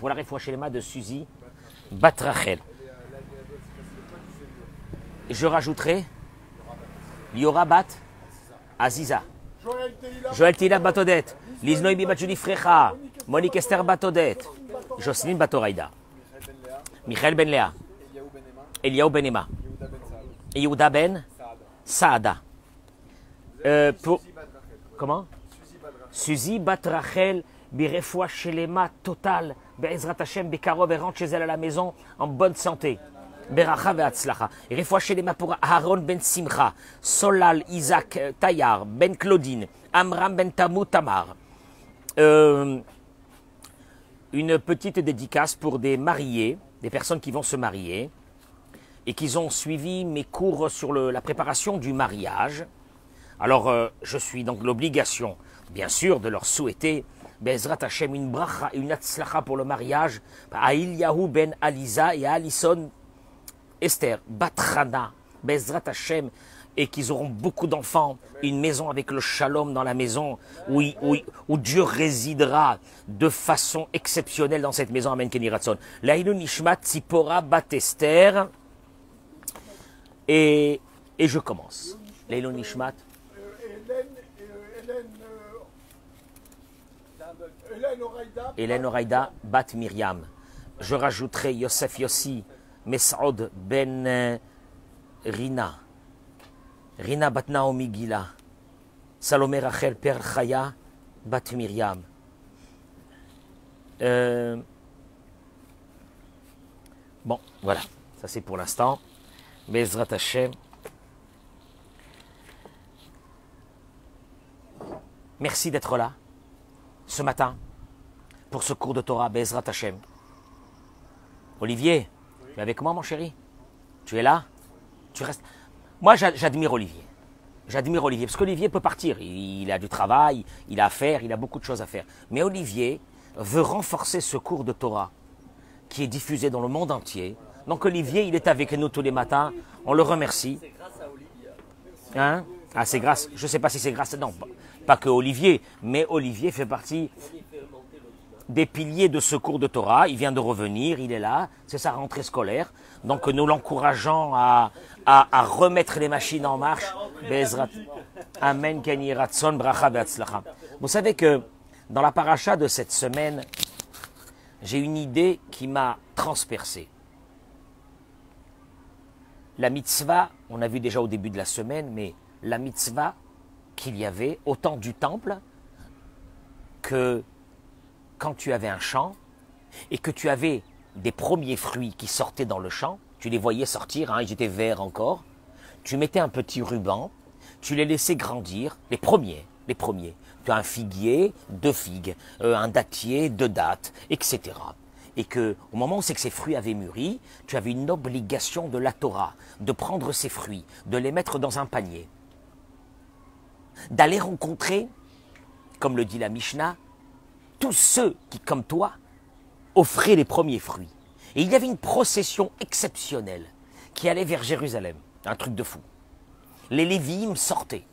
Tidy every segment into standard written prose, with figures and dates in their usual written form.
pour la réfoua chez les mains de Suzy Bat Rachel. Je rajouterai Liora Bat Aziza. Joël Tila Batodet. Liz Noémie Batjuni Frecha. Monique Esther Batodet. Jocelyne Batoraïda. Michael Ben Léa. Eliaou Ben Emma. Yehuda Ben Saada. Comment Suzy Bat Rachel. Birefoua Shelema total. Be'ezrat Hashem Bekarov et rentre chez elle à la maison en bonne santé. Beracha ve'atzlacha. Et refoua Shelema pour Aaron Ben Simcha. Solal Isaac Tayar. Ben Claudine. Amram Ben Tamou Tamar. Une petite dédicace pour des mariés, des personnes qui vont se marier et qui ont suivi mes cours sur la préparation du mariage. Alors, je suis donc l'obligation, bien sûr, de leur souhaiter Bezrat Hashem, une bracha et une atzlacha pour le mariage à Ilyahu ben Aliza et à Alison Esther Batrana, Bezrat Hashem, et qu'ils auront beaucoup d'enfants, une maison avec le shalom dans la maison, où Dieu résidera de façon exceptionnelle dans cette maison. Amen Keni Ratson. Laïlu Nishmat Tzipora Bat Esther. Et je commence. Laïlu Nishmat. Hélène Oraïda Bat Myriam. Je rajouterai Yosef Yossi Mesaud Ben Rina. Rina Bat Naomi Gila. Salomé Rachel Per Chaya Bat Myriam. Bon, voilà. Ça c'est pour l'instant. Bezrat Hashem. Merci d'être là ce matin pour ce cours de Torah, Bezrat Hashem. Olivier, tu es avec moi, mon chéri? Tu es là? Tu restes? Moi, j'admire Olivier. J'admire Olivier, parce qu'Olivier peut partir. Il a du travail, il a à faire, il a beaucoup de choses à faire. Mais Olivier veut renforcer ce cours de Torah qui est diffusé dans le monde entier. Donc Olivier, il est avec nous tous les matins. On le remercie. C'est grâce à Olivier. Hein? Ah, c'est grâce. Je ne sais pas si c'est grâce. Non, pas que Olivier, mais Olivier fait partie des piliers de ce cours de Torah. Il vient de revenir, il est là, c'est sa rentrée scolaire. Donc nous l'encourageons à remettre les machines en marche. Bezrat. Amen, Keni Ratson, Bracha Be'atzlacha. Vous savez que dans la paracha de cette semaine, j'ai une idée qui m'a transpercé. La mitzvah, on a vu déjà au début de la semaine, mais la mitzvah qu'il y avait au temps du temple, que quand tu avais un champ et que tu avais des premiers fruits qui sortaient dans le champ, tu les voyais sortir, ils étaient verts encore, tu mettais un petit ruban, tu les laissais grandir, les premiers. Tu as un figuier, 2 figues, un dattier, 2 dattes, etc. Et que, au moment où c'est que ces fruits avaient mûri, tu avais une obligation de la Torah, de prendre ces fruits, de les mettre dans un panier, d'aller rencontrer, comme le dit la Mishnah, tous ceux qui, comme toi, offraient les premiers fruits. Et il y avait une procession exceptionnelle qui allait vers Jérusalem, un truc de fou. Les Lévi'im sortaient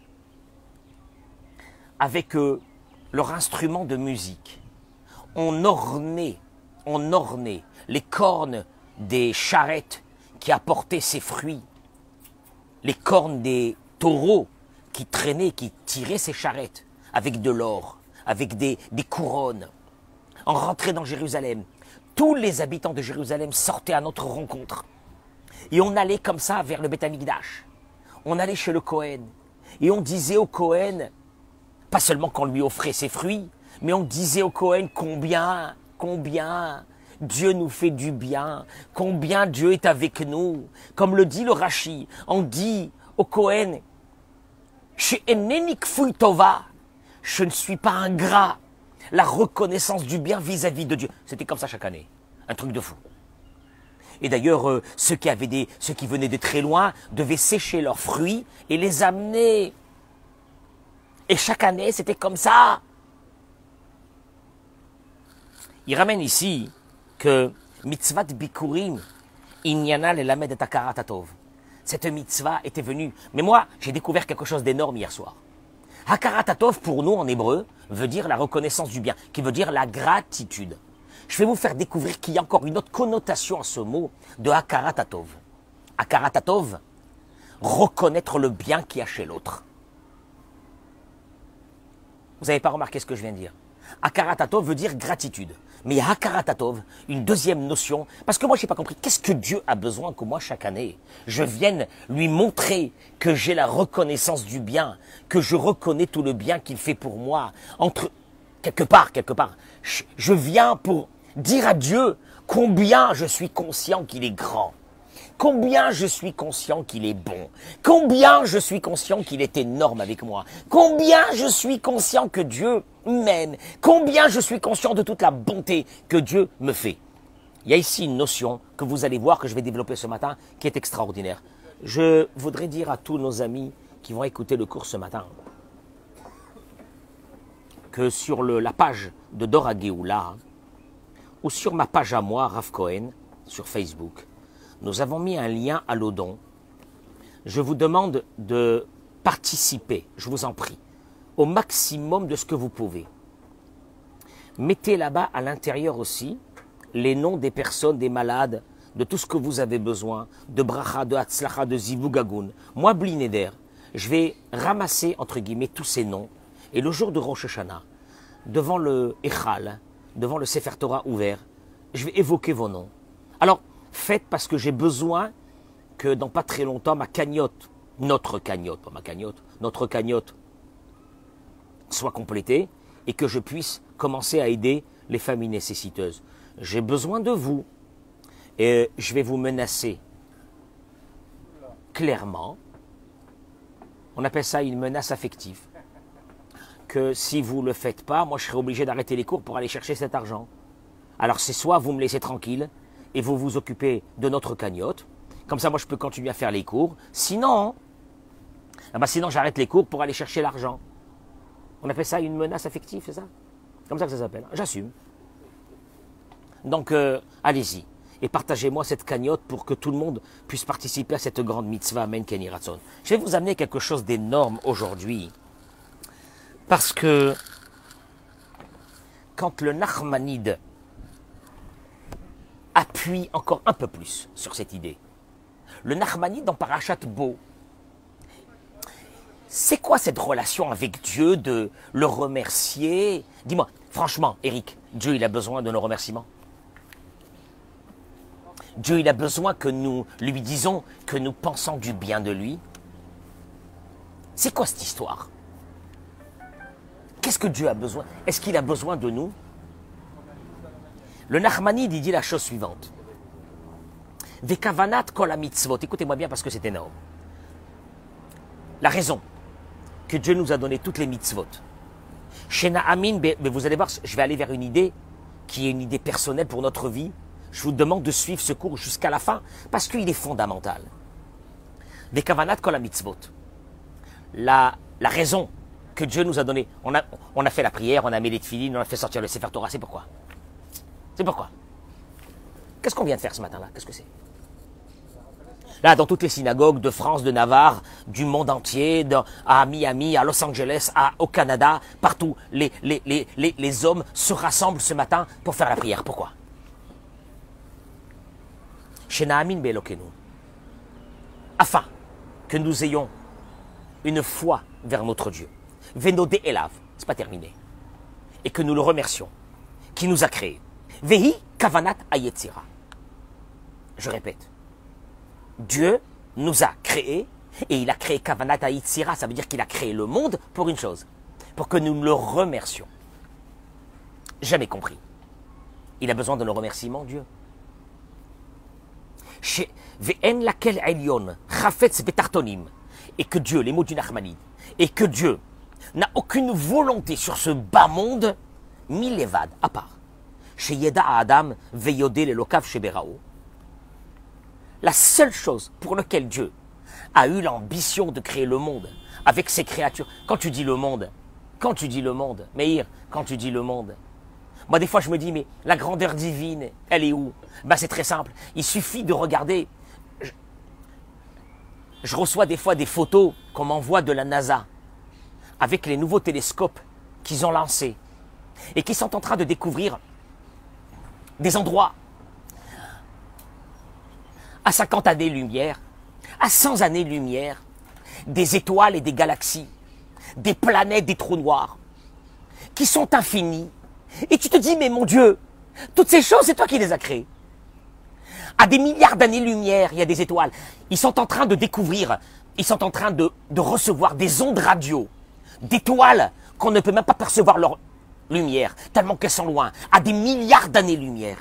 avec leur instrument de musique. On ornait les cornes des charrettes qui apportaient ces fruits, les cornes des taureaux qui traînaient, qui tiraient ces charrettes avec de l'or, avec des couronnes. On rentrait dans Jérusalem. Tous les habitants de Jérusalem sortaient à notre rencontre. Et on allait comme ça vers le Beth Amikdash. On allait chez le Kohen. Et on disait au Kohen, pas seulement qu'on lui offrait ses fruits, mais on disait au Kohen combien Dieu nous fait du bien, combien Dieu est avec nous. Comme le dit le Rashi, on dit au Kohen, je ne suis pas ingrat. La reconnaissance du bien vis-à-vis de Dieu. C'était comme ça chaque année. Un truc de fou. Et d'ailleurs, ceux qui venaient de très loin devaient sécher leurs fruits et les amener. Et chaque année, c'était comme ça. Il ramène ici que mitzvat bikurim inyana lelamed et akarat hatov. Cette mitzvah était venue. Mais moi, j'ai découvert quelque chose d'énorme hier soir. Hakarat hatov, pour nous en hébreu, veut dire la reconnaissance du bien, qui veut dire la gratitude. Je vais vous faire découvrir qu'il y a encore une autre connotation à ce mot de Hakarat Hatov. Hakarat Hatov, reconnaître le bien qu'il y a chez l'autre. Vous n'avez pas remarqué ce que je viens de dire. Hakarat Hatov veut dire gratitude. Mais il y a Hakarat Hatov, une deuxième notion. Parce que moi, je n'ai pas compris. Qu'est-ce que Dieu a besoin que moi, chaque année, je vienne lui montrer que j'ai la reconnaissance du bien, que je reconnais tout le bien qu'il fait pour moi. Quelque part, je viens pour dire à Dieu combien je suis conscient qu'il est grand. Combien je suis conscient qu'il est bon. Combien je suis conscient qu'il est énorme avec moi. Combien je suis conscient que Dieu m'aime. Combien je suis conscient de toute la bonté que Dieu me fait. Il y a ici une notion que vous allez voir, que je vais développer ce matin, qui est extraordinaire. Je voudrais dire à tous nos amis qui vont écouter le cours ce matin, que sur la page de Dor HaGeoula, ou sur ma page à moi, Rav Cohen, sur Facebook, nous avons mis un lien à l'Odon. Je vous demande de participer, je vous en prie, au maximum de ce que vous pouvez. Mettez là-bas à l'intérieur aussi les noms des personnes, des malades, de tout ce que vous avez besoin, de bracha, de hatzlacha, de zivougagoun. Moi, Bli Neder, je vais ramasser, entre guillemets, tous ces noms. Et le jour de Rosh Hashanah, devant le Echal, devant le Sefer Torah ouvert, je vais évoquer vos noms. Alors, faites parce que j'ai besoin que dans pas très longtemps, ma cagnotte, notre cagnotte, pas ma cagnotte, notre cagnotte soit complétée et que je puisse commencer à aider les familles nécessiteuses. J'ai besoin de vous et je vais vous menacer clairement. On appelle ça une menace affective. Que si vous ne le faites pas, moi je serai obligé d'arrêter les cours pour aller chercher cet argent. Alors c'est soit vous me laissez tranquille et vous vous occupez de notre cagnotte, comme ça moi je peux continuer à faire les cours, sinon j'arrête les cours pour aller chercher l'argent. On appelle ça une menace affective, c'est ça? Comme ça que ça s'appelle. J'assume. Donc allez-y et partagez-moi cette cagnotte pour que tout le monde puisse participer à cette grande mitzvah, Amen Keni Ratzon. Je vais vous amener quelque chose d'énorme aujourd'hui. Parce que quand le Nachmanide appuie encore un peu plus sur cette idée, le Nachmanide dans Parashat Bo, c'est quoi cette relation avec Dieu de le remercier? Dis-moi, franchement, Eric, Dieu il a besoin de nos remerciements? Dieu il a besoin que nous lui disons que nous pensons du bien de lui? C'est quoi cette histoire? Qu'est-ce que Dieu a besoin? Est-ce qu'il a besoin de nous? Le Nachmanide, il dit la chose suivante. Vekavanat kol mitzvot. Écoutez-moi bien parce que c'est énorme. La raison que Dieu nous a donné toutes les mitzvot. Shena Amin, mais vous allez voir, je vais aller vers une idée qui est une idée personnelle pour notre vie. Je vous demande de suivre ce cours jusqu'à la fin parce qu'il est fondamental. Vekavanat kol mitzvot. La raison que Dieu nous a donné. On a fait la prière, on a mis les tefilines, on a fait sortir le Sefer Torah. C'est pourquoi? C'est pourquoi? Qu'est-ce qu'on vient de faire ce matin-là? Qu'est-ce que c'est? Là, dans toutes les synagogues de France, de Navarre, du monde entier, à Miami, à Los Angeles, au Canada, partout, les hommes se rassemblent ce matin pour faire la prière. Pourquoi? Shenaamin be'elokenu. Afin que nous ayons une foi vers notre Dieu. Venodé Elav, c'est pas terminé. Et que nous le remercions, qui nous a créés. Vehi kavanat hayetzira. Je répète. Dieu nous a créés et il a créé kavanat hayetzira, ça veut dire qu'il a créé le monde pour une chose, pour que nous le remercions. Jamais compris. Il a besoin de nos remerciements, Dieu. Ve'en lakel elyon chafetz betartonim. Et que Dieu, les mots du Nachmanide, et que Dieu n'a aucune volonté sur ce bas monde, milevad, à part. Chez Yeda Adam, Veyodé l'Elokav Sheberao. La seule chose pour laquelle Dieu a eu l'ambition de créer le monde avec ses créatures. Quand tu dis le monde, Meir, quand tu dis le monde, moi des fois je me dis, mais la grandeur divine, elle est où? Ben c'est très simple, il suffit de regarder. Je reçois des fois des photos qu'on m'envoie de la NASA avec les nouveaux télescopes qu'ils ont lancés et qui sont en train de découvrir des endroits à 50 années-lumière, à 100 années-lumière, des étoiles et des galaxies, des planètes, des trous noirs, qui sont infinis. Et tu te dis, mais mon Dieu, toutes ces choses, c'est toi qui les as créées. À des milliards d'années-lumière, il y a des étoiles. Ils sont en train de découvrir, ils sont en train de recevoir des ondes radio, d'étoiles qu'on ne peut même pas percevoir leur lumière, tellement qu'elles sont loin, à des milliards d'années-lumière.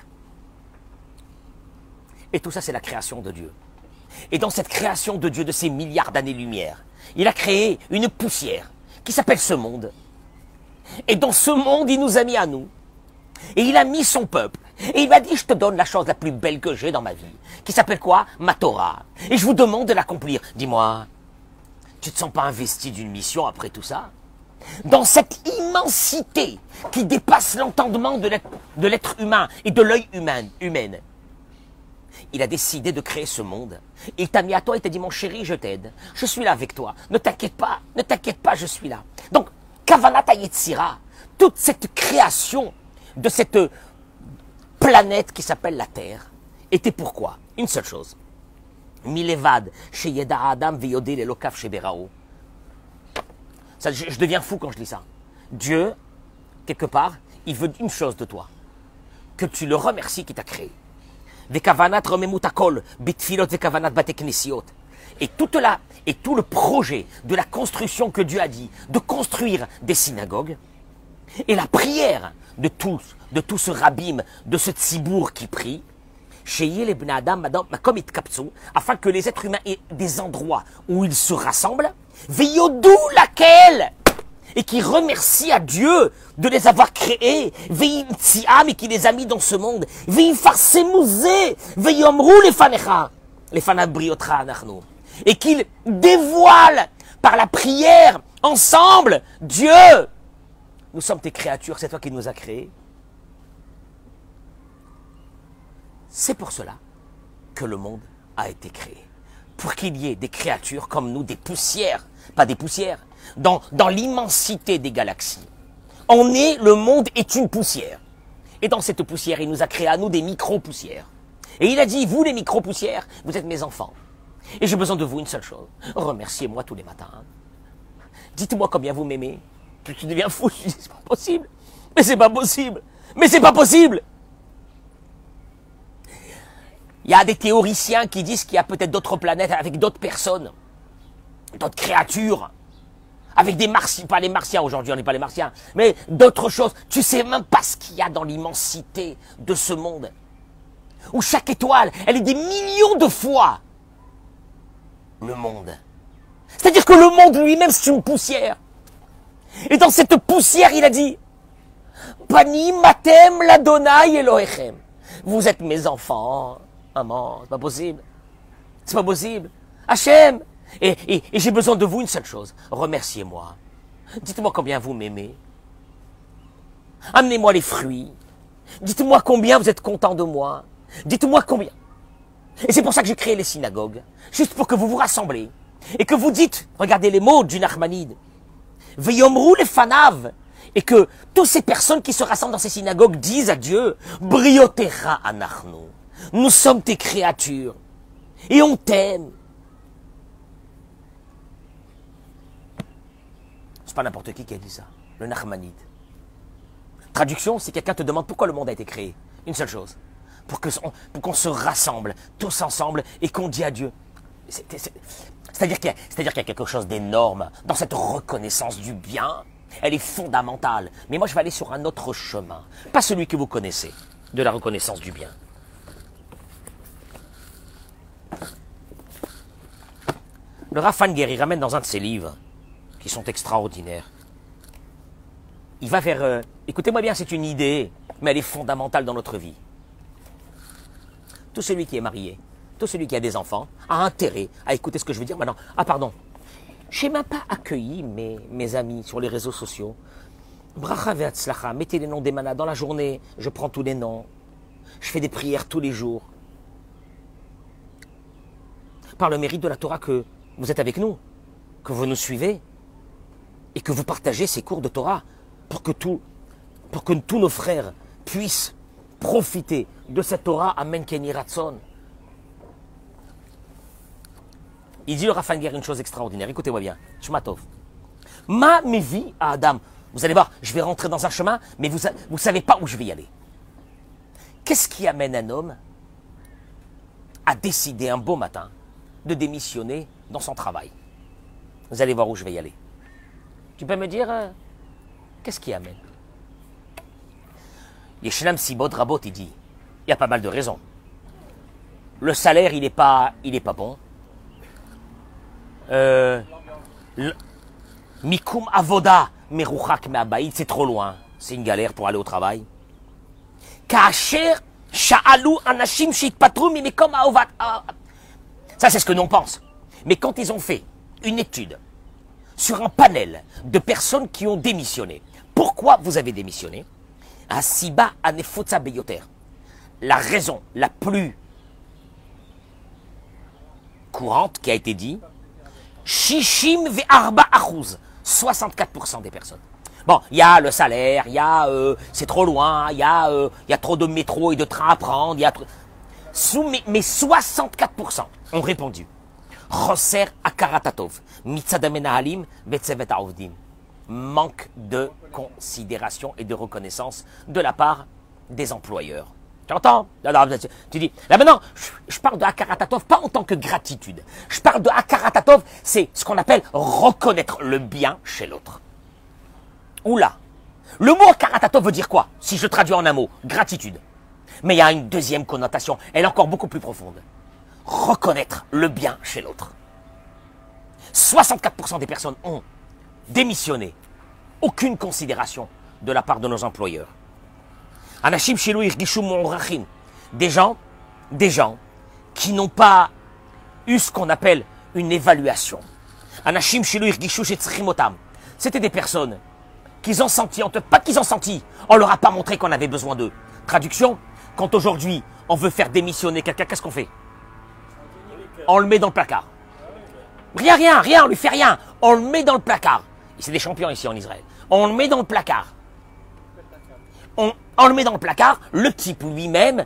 Et tout ça, c'est la création de Dieu. Et dans cette création de Dieu, de ces milliards d'années-lumière, il a créé une poussière qui s'appelle ce monde. Et dans ce monde, il nous a mis à nous. Et il a mis son peuple. Et il m'a dit, je te donne la chose la plus belle que j'ai dans ma vie. Qui s'appelle quoi? Ma Torah. Et je vous demande de l'accomplir. Dis-moi, tu ne te sens pas investi d'une mission après tout ça? Dans cette immensité qui dépasse l'entendement de l'être humain et de l'œil humain. Il a décidé de créer ce monde. Il t'a mis à toi et t'a dit, mon chéri, je t'aide. Je suis là avec toi. Ne t'inquiète pas, je suis là. Donc, Kavanat Yetzira, toute cette création de cette planète qui s'appelle la Terre, était pourquoi? Une seule chose. Milevad, chez Yeda Adam, Veyodé, l'Elokav, chez Berao. Je deviens fou quand je lis ça. Dieu, quelque part, il veut une chose de toi. Que tu le remercies qui t'a créé. Vekavanat rememutakol, bitfilot vekavanat bateknesiot. Et tout le projet de la construction que Dieu a dit, de construire des synagogues, et la prière de tout ce rabbin, de ce tzibour qui prie, afin que les êtres humains aient des endroits où ils se rassemblent, veyodou laquelle, et qui remercie à Dieu de les avoir créés, et qui les a mis dans ce monde, et qu'il dévoile par la prière ensemble, Dieu, nous sommes tes créatures, c'est toi qui nous as créés. C'est pour cela que le monde a été créé. Pour qu'il y ait des créatures comme nous, des poussières, pas des poussières, dans l'immensité des galaxies. Le monde est une poussière. Et dans cette poussière, il nous a créé à nous des micro-poussières. Et il a dit, vous les micro-poussières, vous êtes mes enfants. Et j'ai besoin de vous une seule chose. Remerciez-moi tous les matins. Dites-moi combien vous m'aimez. Tu deviens fou, je dis, c'est pas possible. Mais c'est pas possible. Mais c'est pas possible. Il y a des théoriciens qui disent qu'il y a peut-être d'autres planètes avec d'autres personnes, d'autres créatures, avec des martiens, pas les martiens aujourd'hui, on n'est pas les martiens, mais d'autres choses. Tu sais même pas ce qu'il y a dans l'immensité de ce monde, où chaque étoile, elle est des millions de fois le monde. C'est-à-dire que le monde lui-même, c'est une poussière. Et dans cette poussière, il a dit, Pani matem ladonai Elohechem. Vous êtes mes enfants. Maman, c'est pas possible. C'est pas possible. Hachem. Et j'ai besoin de vous une seule chose. Remerciez-moi. Dites-moi combien vous m'aimez. Amenez-moi les fruits. Dites-moi combien vous êtes content de moi. Dites-moi combien. Et c'est pour ça que j'ai créé les synagogues. Juste pour que vous vous rassemblez. Et que vous dites, regardez les mots du Nachmanide. Veyomru les fanav. Et que toutes ces personnes qui se rassemblent dans ces synagogues disent à Dieu, Briotera anachnu. Nous sommes tes créatures. Et on t'aime. C'est pas n'importe qui a dit ça. Le Nachmanide. Traduction, si quelqu'un te demande pourquoi le monde a été créé. Une seule chose. Pour qu'on se rassemble tous ensemble et qu'on dit à Dieu. C'est-à-dire qu'il y a quelque chose d'énorme dans cette reconnaissance du bien. Elle est fondamentale. Mais moi, je vais aller sur un autre chemin. Pas celui que vous connaissez, de la reconnaissance du bien. Le Rav Fanger, il ramène dans un de ses livres, qui sont extraordinaires. Il va vers... écoutez-moi bien, c'est une idée, mais elle est fondamentale dans notre vie. Tout celui qui est marié, tout celui qui a des enfants, a intérêt à écouter ce que je veux dire maintenant. Ah pardon, je n'ai même pas accueilli mes amis sur les réseaux sociaux. Bracha ve'atzlacha, mettez les noms des manas dans la journée, je prends tous les noms. Je fais des prières tous les jours. Par le mérite de la Torah que vous êtes avec nous, que vous nous suivez et que vous partagez ces cours de Torah pour que tous nos frères puissent profiter de cette Torah, amen Kenny Ratson. Il dit le Rafanger une chose extraordinaire, écoutez-moi bien, Shmatov. Ma vie à Adam, vous allez voir, je vais rentrer dans un chemin, mais vous ne savez pas où je vais y aller. Qu'est-ce qui amène un homme à décider un beau matin de démissionner dans son travail? Vous allez voir où je vais y aller. Tu peux me dire, qu'est-ce qui amène? Yeshenam Sibod Rabot, il dit, il y a pas mal de raisons. Le salaire, il est pas bon. Mikum Avoda, Meruchak Me'abayit, c'est trop loin. C'est une galère pour aller au travail. Kacher Sha'alu Anashim Shitpatru Mimekom Aovat. Ça, c'est ce que l'on pense. Mais quand ils ont fait une étude sur un panel de personnes qui ont démissionné, pourquoi vous avez démissionné? Asiba Anefotza Beyoter. La raison la plus courante qui a été dit, Shishim Ve'arba Achuz, 64% des personnes. Bon, il y a le salaire, il y a c'est trop loin, il y a trop de métro et de trains à prendre, mais 64% ont répondu. Choser Akaratatov, Mitzadamenahalim, Vetzevet Aovdim. Manque de considération et de reconnaissance de la part des employeurs. Tu entends? Tu dis, là maintenant, je parle de Akaratatov pas en tant que gratitude. Je parle de Akaratatov, c'est ce qu'on appelle reconnaître le bien chez l'autre. Oula, le mot Akaratatov veut dire quoi? Si je traduis en un mot, gratitude. Mais il y a une deuxième connotation, elle est encore beaucoup plus profonde. Reconnaître le bien chez l'autre. 64% des personnes ont démissionné. Aucune considération de la part de nos employeurs. Anashim Shelo Irgishu Monrachim. Des gens qui n'ont pas eu ce qu'on appelle une évaluation. Anashim Shelo Irgishu Shetzrimotam. C'était des personnes qu'ils ont senti, pas qu'ils ont senti, on leur a pas montré qu'on avait besoin d'eux. Traduction, quand aujourd'hui on veut faire démissionner quelqu'un, qu'est-ce qu'on fait? On le met dans le placard. Rien, on lui fait rien. On le met dans le placard. C'est des champions ici en Israël. On le met dans le placard. On le met dans le placard, le type lui-même,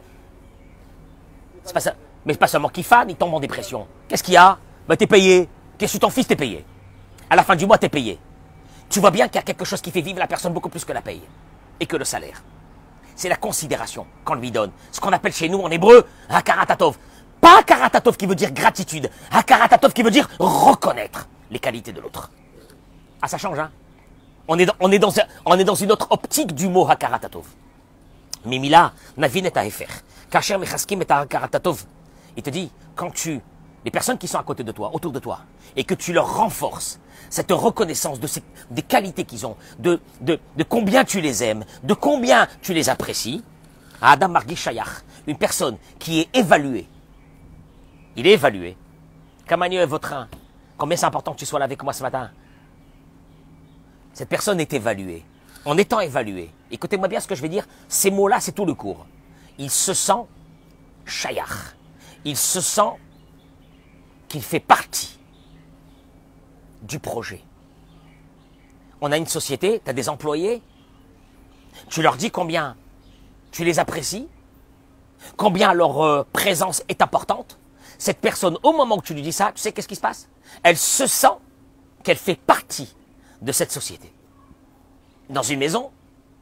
c'est pas ça, mais c'est pas seulement qu'il fan, il tombe en dépression. Qu'est-ce qu'il y a? Ben t'es payé. Qu'est-ce que ton fils t'es payé? À la fin du mois, t'es payé. Tu vois bien qu'il y a quelque chose qui fait vivre la personne beaucoup plus que la paye et que le salaire. C'est la considération qu'on lui donne. Ce qu'on appelle chez nous en hébreu, Hakaratatov. Pas Hakaratatov qui veut dire gratitude, Hakaratatov qui veut dire reconnaître les qualités de l'autre. Ah, ça change, hein? On est dans une autre optique du mot Hakaratatov. Mais Mila, Navin et Aefer. Kacher Mechaskim et Hakaratatov. Il te dit, quand les personnes qui sont à côté de toi, autour de toi, et que tu leur renforces cette reconnaissance des qualités qu'ils ont, de combien tu les aimes, de combien tu les apprécies, Adam Margi Shayach, une personne qui est évaluée, il est évalué. Kamani est votre train. Combien c'est important que tu sois là avec moi ce matin? Cette personne est évaluée. En étant évaluée, écoutez-moi bien ce que je vais dire, ces mots-là, c'est tout le cours. Il se sent shayach. Il se sent qu'il fait partie du projet. On a une société, tu as des employés, tu leur dis combien tu les apprécies, combien leur présence est importante. Cette personne, au moment où tu lui dis ça, tu sais qu'est-ce qui se passe? Elle se sent qu'elle fait partie de cette société. Dans une maison,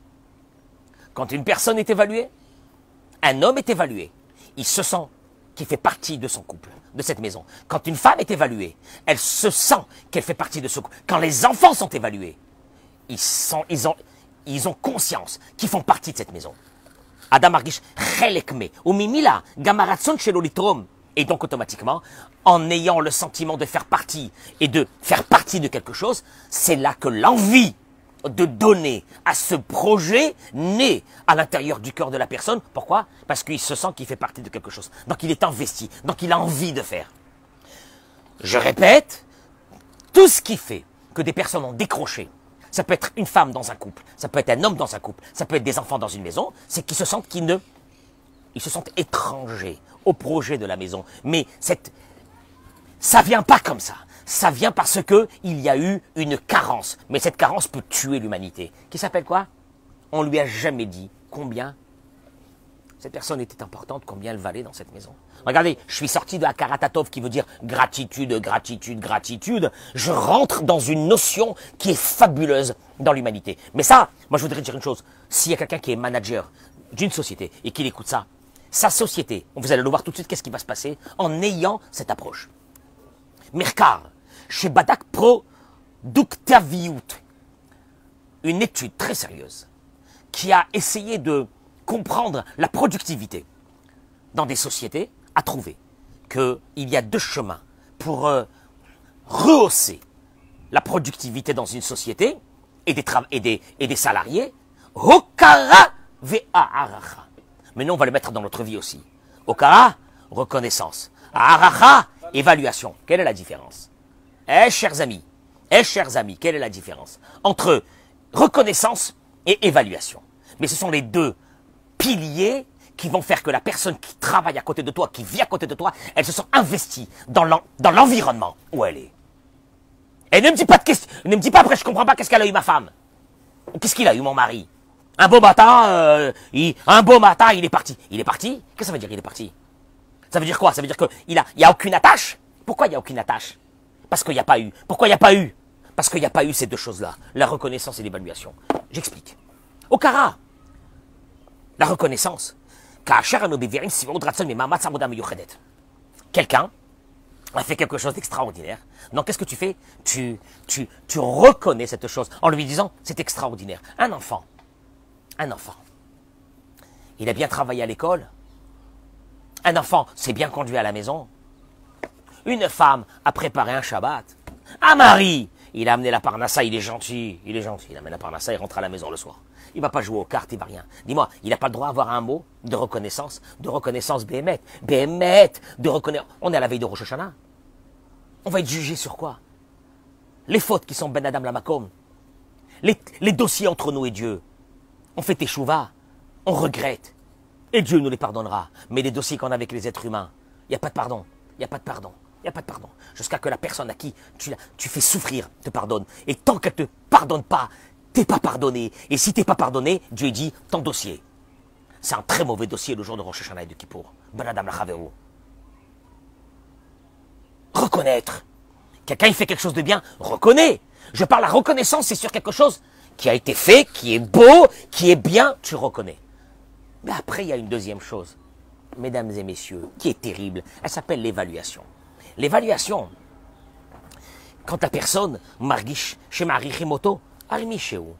quand une personne est évaluée, un homme est évalué, il se sent qu'il fait partie de son couple, de cette maison. Quand une femme est évaluée, elle se sent qu'elle fait partie de ce couple. Quand les enfants sont évalués, ils ont conscience qu'ils font partie de cette maison. Adam Argish, Chelekme, ou Mimila, Gamaratson Shelo Litrom. Et donc automatiquement, en ayant le sentiment de faire partie et de faire partie de quelque chose, c'est là que l'envie de donner à ce projet naît à l'intérieur du cœur de la personne. Pourquoi? Parce qu'il se sent qu'il fait partie de quelque chose. Donc il est investi, donc il a envie de faire. Je répète, tout ce qui fait que des personnes ont décroché, ça peut être une femme dans un couple, ça peut être un homme dans un couple, ça peut être des enfants dans une maison, c'est qu'ils se sentent ils se sentent étrangers au projet de la maison. Mais ça vient pas comme ça. Ça vient parce que il y a eu une carence. Mais cette carence peut tuer l'humanité. Qui s'appelle quoi? On lui a jamais dit combien Cette personne était importante, combien elle valait dans cette maison. Regardez, je suis sorti de Akaratatov qui veut dire gratitude, gratitude, gratitude. Je rentre dans une notion qui est fabuleuse dans l'humanité. Mais ça, moi je voudrais dire une chose. S'il y a quelqu'un qui est manager d'une société et qu'il écoute ça, sa société, vous allez le voir tout de suite, qu'est-ce qui va se passer en ayant cette approche. Merkar, chez Badak Productaviut, une étude très sérieuse qui a essayé de comprendre la productivité dans des sociétés, a trouvé qu'il y a deux chemins pour rehausser la productivité dans une société et des salariés. Hokara ve'aharacha. Mais nous, on va le mettre dans notre vie aussi. Hokara, reconnaissance. Aharacha, évaluation. Quelle est la différence? Chers amis, quelle est la différence entre reconnaissance et évaluation? Mais ce sont les deux piliers qui vont faire que la personne qui travaille à côté de toi, qui vit à côté de toi, elle se sent investie dans l'environnement où elle est. Et ne me dis pas de question, ne me dis pas après, je comprends pas qu'est-ce qu'elle a eu ma femme. Ou qu'est-ce qu'il a eu mon mari. Un beau matin, il est parti. Il est parti? Qu'est-ce que ça veut dire, il est parti? Ça veut dire quoi? Ça veut dire qu'il y a aucune attache? Pourquoi il n'y a aucune attache? Parce qu'il n'y a pas eu. Pourquoi il n'y a pas eu? Parce qu'il n'y a pas eu ces deux choses-là, la reconnaissance et l'évaluation. J'explique. Okara, la reconnaissance. Quelqu'un a fait quelque chose d'extraordinaire. Donc qu'est-ce que tu fais? Tu reconnais cette chose en lui disant c'est extraordinaire. Un enfant, il a bien travaillé à l'école. Un enfant s'est bien conduit à la maison. Une femme a préparé un Shabbat. Un mari, il a amené la parnassa, il est gentil. Il amène la parnassa, il rentre à la maison le soir. Il va pas jouer aux cartes, il va rien. Dis-moi, il n'a pas le droit d'avoir un mot de reconnaissance béhémet, de reconnaissance. On est à la veille de Rosh Hashanah. On va être jugé sur quoi? Les fautes qui sont Ben Adam Lamakom. Les dossiers entre nous et Dieu. On fait teshuva, on regrette. Et Dieu nous les pardonnera. Mais les dossiers qu'on a avec les êtres humains, il n'y a pas de pardon. Il n'y a pas de pardon. Il n'y a pas de pardon. Jusqu'à que la personne à qui tu fais souffrir te pardonne. Et tant qu'elle ne te pardonne pas, t'es pas pardonné. Et si t'es pas pardonné, Dieu dit, ton dossier. C'est un très mauvais dossier le jour de Rosh Hashanah et de Kippour. Ben Adam Lachaveru. Reconnaître. Quelqu'un il fait quelque chose de bien, reconnais. Je parle la reconnaissance, c'est sur quelque chose qui a été fait, qui est beau, qui est bien, tu reconnais. Mais après, il y a une deuxième chose, mesdames et messieurs, qui est terrible. Elle s'appelle l'évaluation. L'évaluation, quand la personne, margish, chez Marihimoto, Almicheu.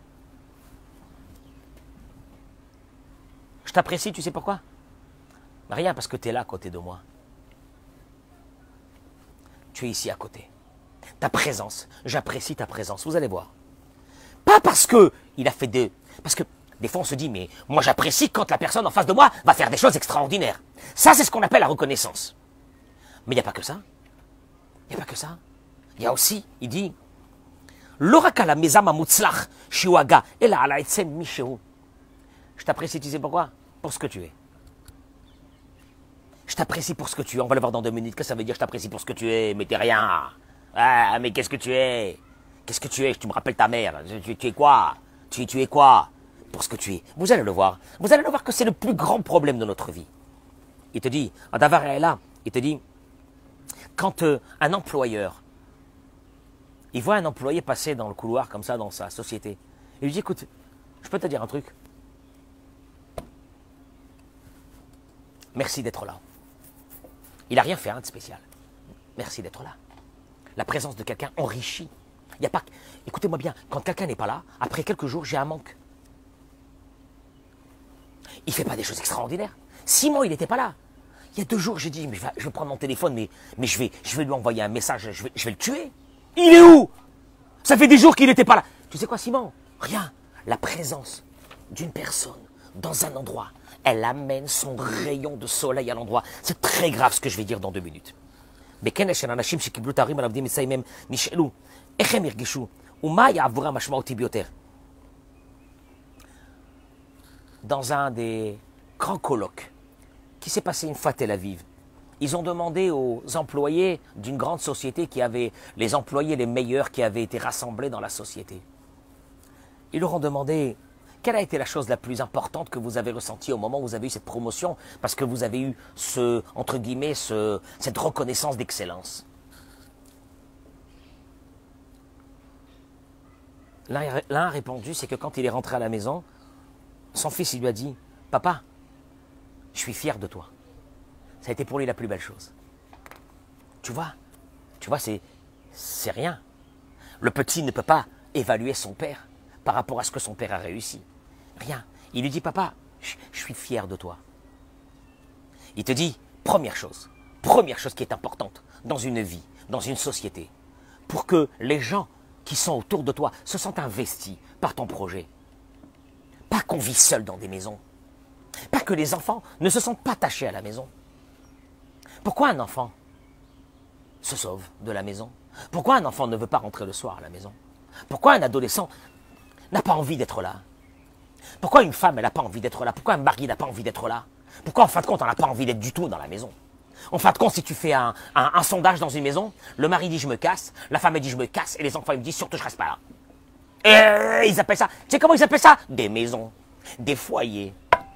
Je t'apprécie, tu sais pourquoi? Rien, parce que tu es là à côté de moi. Tu es ici à côté. Ta présence, j'apprécie ta présence, vous allez voir. Pas parce que il a fait des... Parce que des fois on se dit, mais moi j'apprécie quand la personne en face de moi va faire des choses extraordinaires. Ça, c'est ce qu'on appelle la reconnaissance. Mais il n'y a pas que ça. Il n'y a pas que ça. Il y a aussi, il dit, L'orakala mezama mutzlach shiwaga ela ala etzem misheu. Je t'apprécie, tu sais pourquoi? Pour ce que tu es. Je t'apprécie pour ce que tu es. On va le voir dans 2 minutes. Qu'est-ce que ça veut dire, je t'apprécie pour ce que tu es? Mais t'es rien. Ah, mais qu'est-ce que tu es? Qu'est-ce que tu es? Tu me rappelles ta mère. Tu es quoi? Tu es quoi? Pour ce que tu es. Vous allez le voir. Vous allez le voir que c'est le plus grand problème de notre vie. Il te dit, Adavar est là. Il te dit, quand un employeur, il voit un employé passer dans le couloir comme ça dans sa société, il lui dit, écoute, je peux te dire un truc? Merci d'être là. Il n'a rien fait de spécial. Merci d'être là. La présence de quelqu'un enrichit. Il y a pas. Écoutez-moi bien, quand quelqu'un n'est pas là, après quelques jours, j'ai un manque. Il ne fait pas des choses extraordinaires. 6 mois, il n'était pas là. Il y a 2 jours, j'ai dit, mais je vais prendre mon téléphone, mais je vais lui envoyer un message, je vais le tuer. Il est où? Ça fait des jours qu'il n'était pas là. Tu sais quoi, Simon? Rien. La présence d'une personne dans un endroit, elle amène son rayon de soleil à l'endroit. C'est très grave ce que je vais dire dans 2 minutes. Mais dans un des grands colloques qui s'est passé une fois à Tel Aviv, ils ont demandé aux employés d'une grande société qui avait les employés les meilleurs qui avaient été rassemblés dans la société. Ils leur ont demandé Quelle a été la chose la plus importante que vous avez ressentie au moment où vous avez eu cette promotion parce que vous avez eu entre guillemets, cette reconnaissance d'excellence? L'un a répondu, c'est que quand il est rentré à la maison, son fils il lui a dit, « Papa, je suis fier de toi. » Ça a été pour lui la plus belle chose. Tu vois, c'est rien. Le petit ne peut pas évaluer son père par rapport à ce que son père a réussi. Rien. Il lui dit, papa, je suis fier de toi. Il te dit, première chose qui est importante dans une vie, dans une société, pour que les gens qui sont autour de toi se sentent investis par ton projet. Pas qu'on vit seul dans des maisons. Pas que les enfants ne se sentent pas attachés à la maison. Pourquoi un enfant se sauve de la maison? Pourquoi un enfant ne veut pas rentrer le soir à la maison? Pourquoi un adolescent n'a pas envie d'être là? Pourquoi une femme, elle n'a pas envie d'être là? Pourquoi un mari n'a pas envie d'être là? Pourquoi, en fin de compte, on n'a pas envie d'être du tout dans la maison? En fin de compte, si tu fais un sondage dans une maison, le mari dit je me casse, la femme elle dit je me casse, et les enfants ils me disent surtout je reste pas là. Et ils appellent ça, tu sais comment ils appellent ça? Des maisons, des foyers.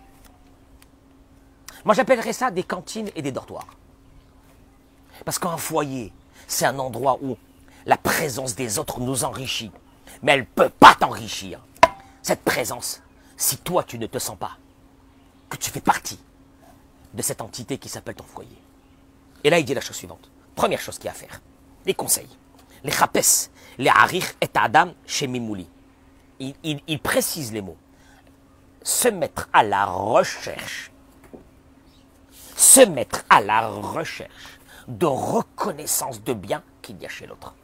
Moi j'appellerais ça des cantines et des dortoirs. Parce qu'un foyer, c'est un endroit où la présence des autres nous enrichit. Mais elle ne peut pas t'enrichir. Cette présence, si toi tu ne te sens pas que tu fais partie de cette entité qui s'appelle ton foyer. Et là il dit la chose suivante. Première chose qu'il y a à faire. Les conseils. Les chapes, les harir et adam chez Mimouli. Il précise les mots. Se mettre à la recherche. Se mettre à la recherche de reconnaissance de bien qu'il y a chez l'autre.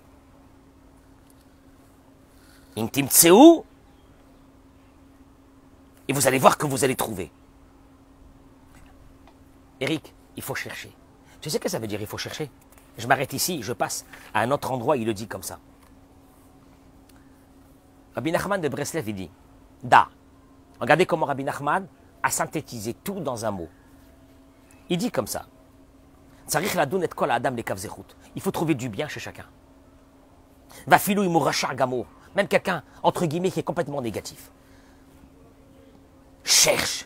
Intim tseou, et vous allez voir que vous allez trouver. Eric, il faut chercher. Tu sais ce que ça veut dire, il faut chercher? Je m'arrête ici, je passe à un autre endroit, il le dit comme ça. Rabbi Nachman de Breslev, il dit, Da. Regardez comment Rabbi Nachman a synthétisé tout dans un mot. Il dit comme ça. Il faut trouver du bien chez chacun. Même quelqu'un, entre guillemets, qui est complètement négatif. Cherche.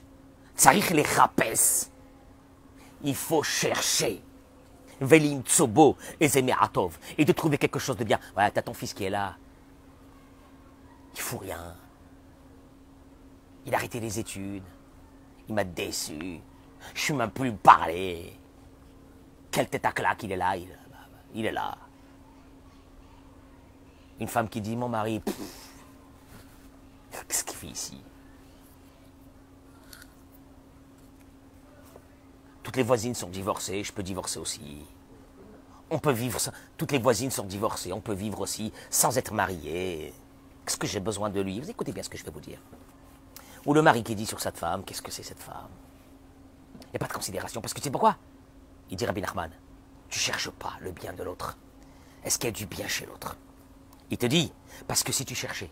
Il faut chercher. Et de trouver quelque chose de bien. Ouais, t'as ton fils qui est là. Il fout rien. Il a arrêté les études. Il m'a déçu. Je suis même plus parlé. Quel tête à claque, il est là, il est là. Une femme qui dit, mon mari, qu'est-ce qu'il fait ici? Toutes les voisines sont divorcées, je peux divorcer aussi. On peut vivre, toutes les voisines sont divorcées, on peut vivre aussi sans être marié. Qu'est-ce que j'ai besoin de lui? Vous écoutez bien ce que je vais vous dire. Ou le mari qui dit sur cette femme, qu'est-ce que c'est cette femme? Il n'y a pas de considération, parce que tu sais pourquoi? Il dit Rabbi Nachman, tu ne cherches pas le bien de l'autre. Est-ce qu'il y a du bien chez l'autre? Il te dit, parce que si tu cherchais,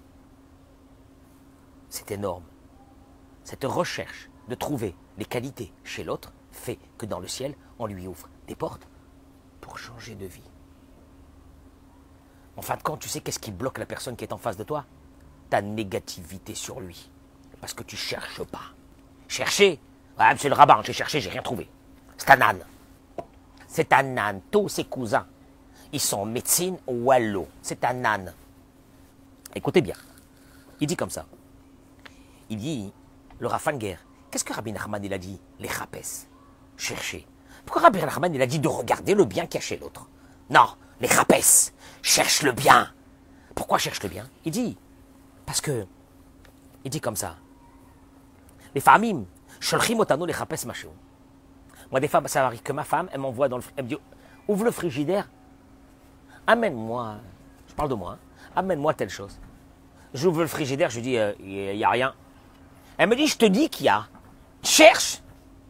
c'est énorme. Cette recherche de trouver les qualités chez l'autre fait que dans le ciel, on lui ouvre des portes pour changer de vie. En fin de compte, tu sais qu'est-ce qui bloque la personne qui est en face de toi? Ta négativité sur lui. Parce que tu ne cherches pas. Chercher? Ouais, monsieur le rabbin, j'ai cherché, j'ai rien trouvé. C'est un âne. C'est un âne. Tous ses cousins, ils sont médecine wallo. C'est un âne. Écoutez bien. Il dit comme ça. Il dit, le Rafanger, qu'est-ce que Rabbi Nachman il a dit? Les chapes. Chercher. Pourquoi Rabbi Nachman il a dit de regarder le bien qu'il y a chez l'autre? Non, les chapes. Cherche le bien. Pourquoi cherche le bien? Il dit, parce que, il dit comme ça. Les familles, sholchim otanu les chapes machéo. Moi, des fois, ça arrive que ma femme, elle m'envoie dans le frigidaire, elle me dit, ouvre le frigidaire, amène-moi, je parle de moi, hein, amène-moi telle chose. J'ouvre le frigidaire, je lui dis, il n'y a rien. Elle me dit, je te dis qu'il y a. Cherche.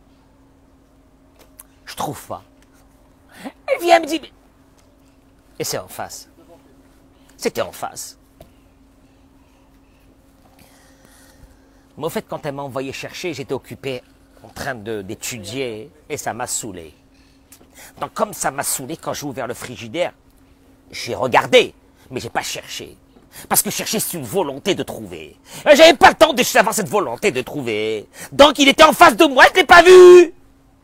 Je trouve pas. Elle vient, elle me dit, et c'est en face. C'était en face. Mais au fait, quand elle m'a envoyé chercher, j'étais occupé en train d'étudier et ça m'a saoulé. Donc comme ça m'a saoulé, quand j'ai ouvert le frigidaire, j'ai regardé, mais j'ai pas cherché. Parce que chercher, c'est une volonté de trouver. J'avais pas le temps d'avoir cette volonté de trouver. Donc il était en face de moi, je ne l'ai pas vu.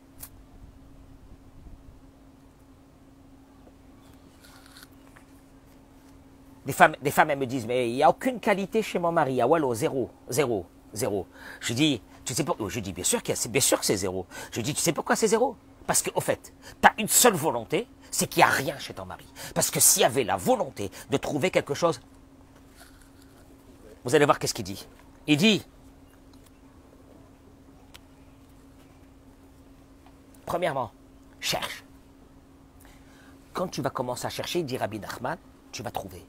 Des femmes, elles me disent, mais il n'y a aucune qualité chez mon mari. Ah, wallo, zéro, zéro, zéro. Je dis, tu sais pas, je dis, bien sûr que c'est zéro. Je dis, tu sais pourquoi c'est zéro? Parce qu'au fait, tu as une seule volonté, c'est qu'il n'y a rien chez ton mari. Parce que s'il y avait la volonté de trouver quelque chose, vous allez voir qu'est-ce qu'il dit. Il dit, premièrement, cherche. Quand tu vas commencer à chercher, dit Rabbi Nachman, tu vas trouver.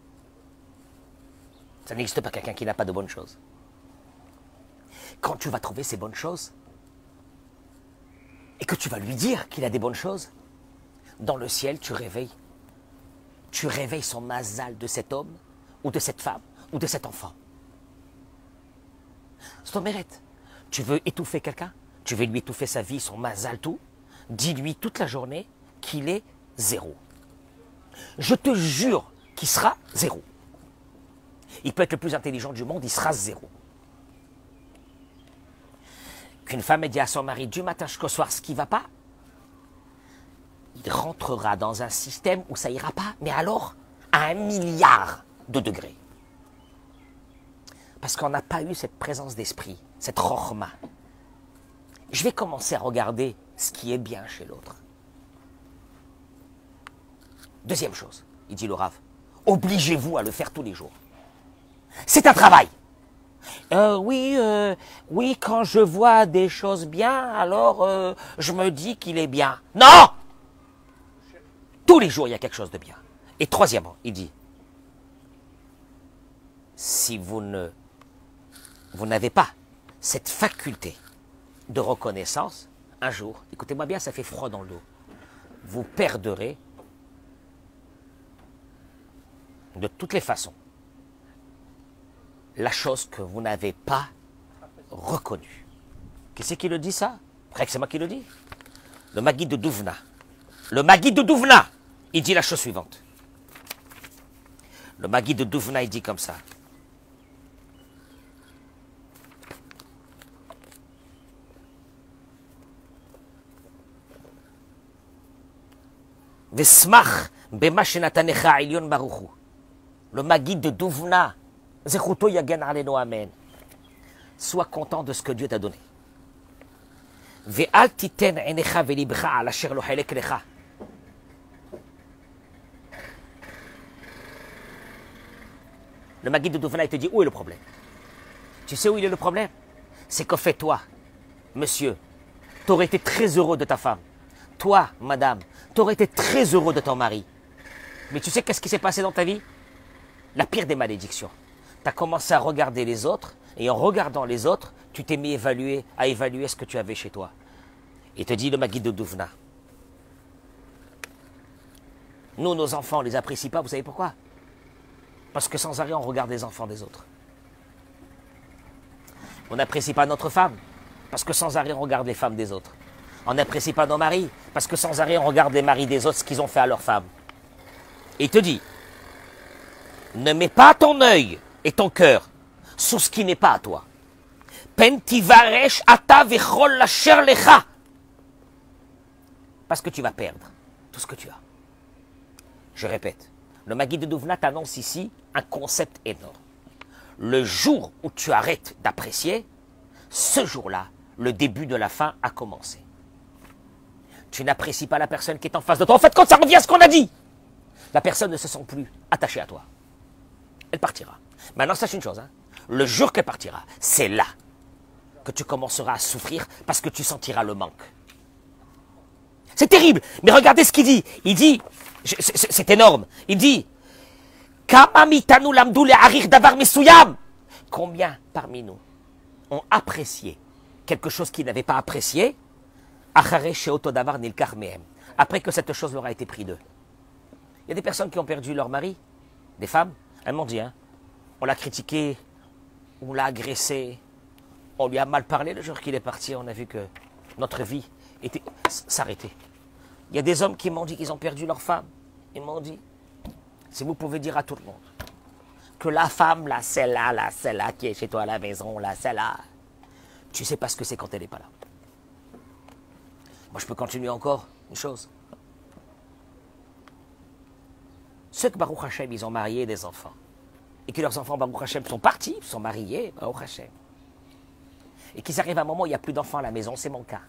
Ça n'existe pas quelqu'un qui n'a pas de bonnes choses. Quand tu vas trouver ces bonnes choses, et que tu vas lui dire qu'il a des bonnes choses, dans le ciel, tu réveilles son mazal de cet homme, ou de cette femme, ou de cet enfant. C'est ton mérite. Tu veux étouffer quelqu'un? Tu veux lui étouffer sa vie, son mazal, tout? Dis-lui toute la journée qu'il est zéro. Je te jure qu'il sera zéro. Il peut être le plus intelligent du monde, il sera zéro. Qu'une femme ait dit à son mari du matin jusqu'au soir ce qui ne va pas, il rentrera dans un système où ça ira pas, mais alors à 1 milliard de degrés. Parce qu'on n'a pas eu cette présence d'esprit, cette chorma. Je vais commencer à regarder ce qui est bien chez l'autre. Deuxième chose, il dit le Rav, obligez-vous à le faire tous les jours. C'est un travail. Oui, quand je vois des choses bien, alors je me dis qu'il est bien. Non! Tous les jours, il y a quelque chose de bien. Et troisièmement, il dit, si vous n'avez pas cette faculté de reconnaissance, un jour, écoutez-moi bien, ça fait froid dans le dos, vous perdrez de toutes les façons la chose que vous n'avez pas reconnue. Qui c'est qui le dit ça? C'est moi qui le dis. Le Maguide de Douvna. Le Maguide de Douvna, il dit la chose suivante. Le Maguide de Douvna, il dit comme ça. Vesmach bema shenatanecha elyon baruchu. Le Maguide de Douvna, Zechuto yagen aleno amen. Sois content de ce que Dieu t'a donné. Ve'al titen enecha velibcha al asher lo halek lecha. Le Maguide de Douvna, il te dit, où est le problème? Tu sais où il est le problème? C'est qu'en fait, toi, monsieur, tu aurais été très heureux de ta femme. Toi, madame, tu aurais été très heureux de ton mari. Mais tu sais qu'est-ce qui s'est passé dans ta vie? La pire des malédictions. Tu as commencé à regarder les autres, et en regardant les autres, tu t'es mis à évaluer ce que tu avais chez toi. Il te dit le Maguide de Douvna. Nous, nos enfants, on ne les apprécie pas, vous savez pourquoi? Parce que sans arrêt, on regarde les enfants des autres. On n'apprécie pas notre femme, parce que sans arrêt, on regarde les femmes des autres. On n'apprécie pas nos maris, parce que sans arrêt, on regarde les maris des autres, ce qu'ils ont fait à leurs femmes. Et il te dit, ne mets pas ton œil et ton cœur sur ce qui n'est pas à toi. Pentivaresh ata vechol lasher lecha. Parce que tu vas perdre tout ce que tu as. Je répète, le Maguide de Douvna t'annonce ici un concept énorme. Le jour où tu arrêtes d'apprécier, ce jour-là, le début de la fin a commencé. Tu n'apprécies pas la personne qui est en face de toi. En fait, quand ça revient à ce qu'on a dit, la personne ne se sent plus attachée à toi. Elle partira. Maintenant, sache une chose, hein. Le jour qu'elle partira, c'est là que tu commenceras à souffrir parce que tu sentiras le manque. C'est terrible, mais regardez ce qu'il dit. Il dit, c'est énorme, il dit, combien parmi nous ont apprécié quelque chose qu'ils n'avaient pas apprécié après que cette chose leur a été prise d'eux. Il y a des personnes qui ont perdu leur mari, des femmes, elles m'ont dit, hein, on l'a critiqué, on l'a agressé, on lui a mal parlé le jour qu'il est parti, on a vu que notre vie s'arrêtait. Il y a des hommes qui m'ont dit qu'ils ont perdu leur femme. Ils m'ont dit, si vous pouvez dire à tout le monde, que la femme, là, celle-là qui est chez toi à la maison, là, celle-là, tu sais pas ce que c'est quand elle n'est pas là. Moi, je peux continuer encore une chose. Ceux que Baruch Hashem, ils ont marié des enfants, et que leurs enfants, Baruch Hashem, sont partis, sont mariés, Baruch Hashem, et qu'ils arrivent à un moment où il n'y a plus d'enfants à la maison, c'est mon cas.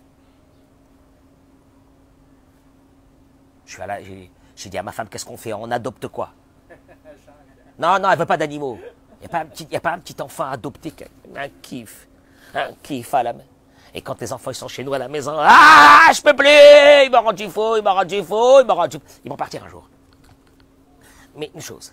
J'ai dit à ma femme, qu'est-ce qu'on fait? On adopte quoi? Non, elle ne veut pas d'animaux. Il n'y a pas un petit enfant adopté, un kiff à la main. Et quand les enfants ils sont chez nous à la maison, ah, je peux plus, il m'a rendu fou, ils vont partir un jour. Mais une chose,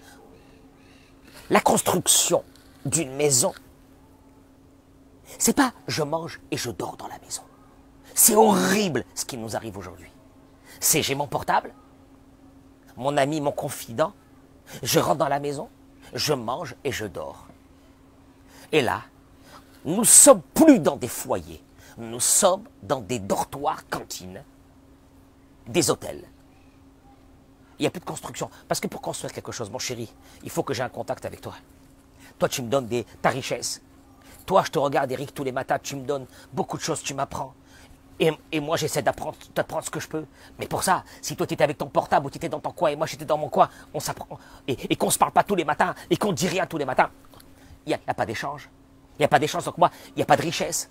la construction d'une maison, c'est pas je mange et je dors dans la maison. C'est horrible ce qui nous arrive aujourd'hui. C'est j'ai mon portable, mon ami, mon confident, je rentre dans la maison, je mange et je dors. Et là, nous ne sommes plus dans des foyers, nous sommes dans des dortoirs, cantines, des hôtels. Il n'y a plus de construction. Parce que pour construire quelque chose, mon chéri, il faut que j'ai un contact avec toi. Toi, tu me donnes ta richesse. Toi, je te regarde, Eric, tous les matins, tu me donnes beaucoup de choses, tu m'apprends. Et moi, j'essaie d'apprendre ce que je peux. Mais pour ça, si toi, tu étais avec ton portable ou tu étais dans ton coin et moi, j'étais dans mon coin, on s'apprend. Et qu'on ne se parle pas tous les matins et qu'on ne dit rien tous les matins, il n'y a pas d'échange. Il n'y a pas d'échange, donc moi, il n'y a pas de richesse.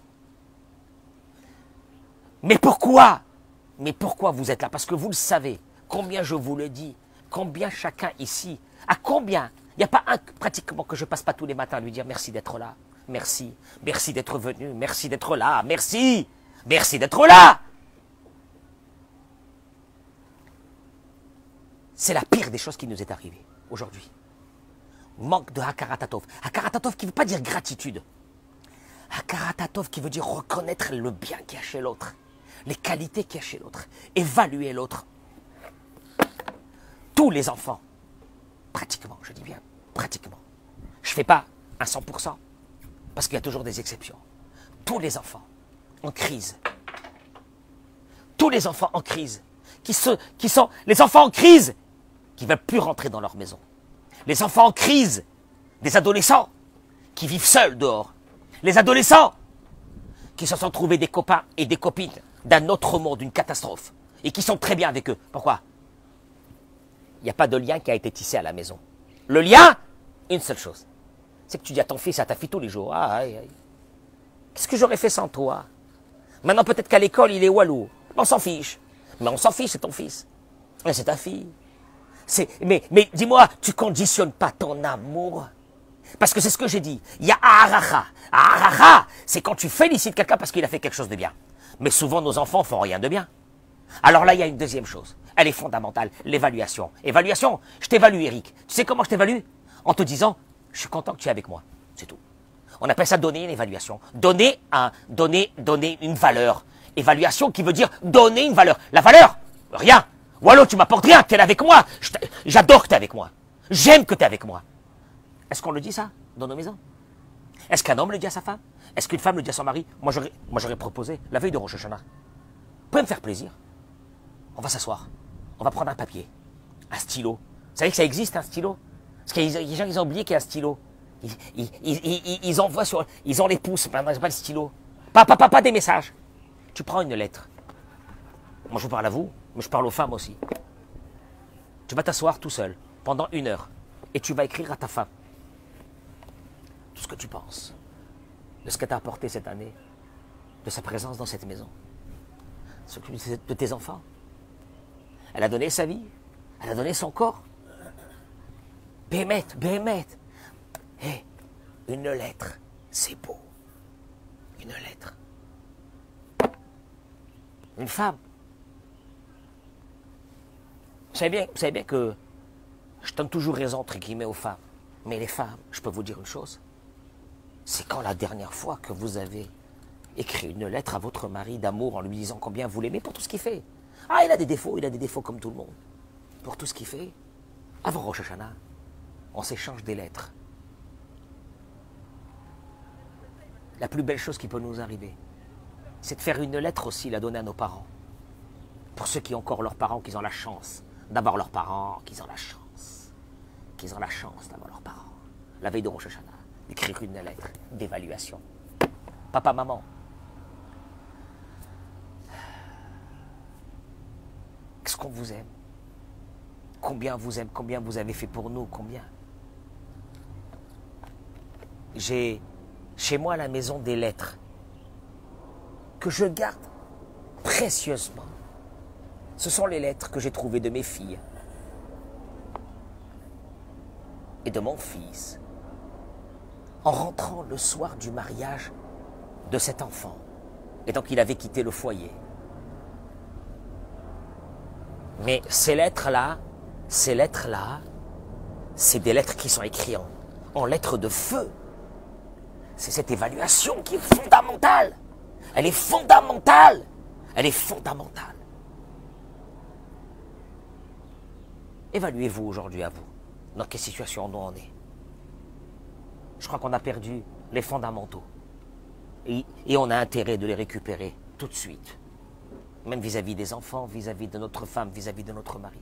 Mais pourquoi vous êtes là? Parce que vous le savez, combien je vous le dis, combien chacun ici, à combien? Il n'y a pas un pratiquement que je passe pas tous les matins à lui dire merci d'être là, merci d'être venu, merci d'être là, merci d'être là. C'est la pire des choses qui nous est arrivée aujourd'hui. Manque de Hakaratatov. Hakaratatov qui ne veut pas dire gratitude. Hakaratatov qui veut dire reconnaître le bien qu'il y a chez l'autre, les qualités qu'il y a chez l'autre, évaluer l'autre. Tous les enfants, pratiquement, je dis bien pratiquement, je ne fais pas un 100%, parce qu'il y a toujours des exceptions. Tous les enfants en crise, tous les enfants en crise, qui sont les enfants en crise, qui ne veulent plus rentrer dans leur maison. Les enfants en crise, des adolescents qui vivent seuls dehors. Les adolescents qui se sont trouvés des copains et des copines d'un autre monde, d'une catastrophe, et qui sont très bien avec eux. Pourquoi? Il n'y a pas de lien qui a été tissé à la maison. Le lien, une seule chose, c'est que tu dis à ton fils, à ta fille tous les jours, qu'est-ce que j'aurais fait sans toi? Maintenant peut-être qu'à l'école il est walou, on s'en fiche. Mais on s'en fiche, c'est ton fils. Mais c'est ta fille. Mais dis-moi, tu conditionnes pas ton amour? Parce que c'est ce que j'ai dit. Il y a Aharacha. Aharacha, c'est quand tu félicites quelqu'un parce qu'il a fait quelque chose de bien. Mais souvent, nos enfants font rien de bien. Alors là, il y a une deuxième chose. Elle est fondamentale, l'évaluation. Évaluation, je t'évalue, Eric. Tu sais comment je t'évalue? En te disant, je suis content que tu es avec moi. C'est tout. On appelle ça donner une évaluation. Donner une valeur. Évaluation qui veut dire donner une valeur. La valeur, rien. Ou alors tu m'apportes rien, tu es là avec moi. J'adore que tu es avec moi. J'aime que tu es avec moi. Est-ce qu'on le dit ça dans nos maisons? Est-ce qu'un homme le dit à sa femme? Est-ce qu'une femme le dit à son mari? Moi j'aurais proposé, la veille de Rosh Hashanah, vous pouvez me faire plaisir? On va s'asseoir, on va prendre un papier, un stylo. Vous savez que ça existe un stylo? Parce qu'il y a des gens qui ont oublié qu'il y a un stylo. Ils envoient ils ont les pouces, pas le stylo. Pas des messages. Tu prends une lettre. Moi je vous parle à vous, mais je parle aux femmes aussi. Tu vas t'asseoir tout seul pendant 1 heure et tu vas écrire à ta femme tout ce que tu penses de ce qu'elle t'a apporté cette année, de sa présence dans cette maison, de tes enfants. Elle a donné sa vie, elle a donné son corps. Béhémet. Hé, une lettre, c'est beau. Une lettre. Une femme. Vous savez bien que je donne toujours raison, entre guillemets, aux femmes. Mais les femmes, je peux vous dire une chose. C'est quand la dernière fois que vous avez écrit une lettre à votre mari d'amour en lui disant combien vous l'aimez pour tout ce qu'il fait. Ah, il a des défauts comme tout le monde. Pour tout ce qu'il fait. Avant Rosh Hashanah, on s'échange des lettres. La plus belle chose qui peut nous arriver, c'est de faire une lettre aussi, la donner à nos parents. Pour ceux qui ont encore leurs parents, qui ont la chance d'avoir leurs parents, qui ont la chance d'avoir leurs parents. la veille de Rosh Hashanah, d'écrire une lettre d'évaluation. Papa, maman, qu'est-ce qu'on vous aime? Combien vous aime? Combien vous avez fait pour nous? Combien? J'ai chez moi à la maison des lettres que je garde précieusement. Ce sont les lettres que j'ai trouvées de mes filles et de mon fils en rentrant le soir du mariage de cet enfant, et donc il avait quitté le foyer. Mais ces lettres-là, c'est des lettres qui sont écrites en lettres de feu. C'est cette évaluation qui est fondamentale. Elle est fondamentale. Elle est fondamentale. Évaluez-vous aujourd'hui à vous. Dans quelle situation nous on est? Je crois qu'on a perdu les fondamentaux. Et on a intérêt de les récupérer tout de suite. Même vis-à-vis des enfants, vis-à-vis de notre femme, vis-à-vis de notre mari.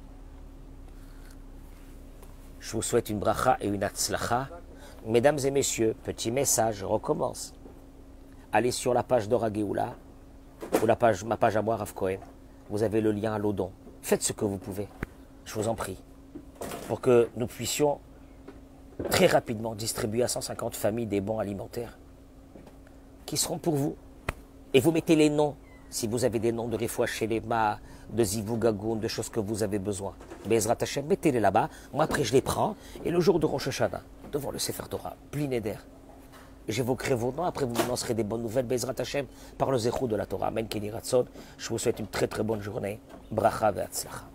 Je vous souhaite une bracha et une hatzlacha. Mesdames et messieurs, petit message, je recommence. Allez sur la page d'Ora Geoula, ou ma page à moi, Rav Cohen. Vous avez le lien à l'Odon. Faites ce que vous pouvez, je vous en prie, pour que nous puissions très rapidement distribuer à 150 familles des bons alimentaires qui seront pour vous. Et vous mettez les noms, si vous avez des noms de Refoua Shelema, de Zivou Gagoun, de choses que vous avez besoin. Bezrat Hashem, mettez-les là-bas. Moi, après, je les prends. Et le jour de Rosh Hashanah, devant le Sefer Torah, Bli Neder, j'évoquerai vos noms. Après, vous me lancerez des bonnes nouvelles. Bezrat Hashem, par le zéchou de la Torah. Amen, Keni Ratzon. Je vous souhaite une très très bonne journée. Bracha ve'atzlacha.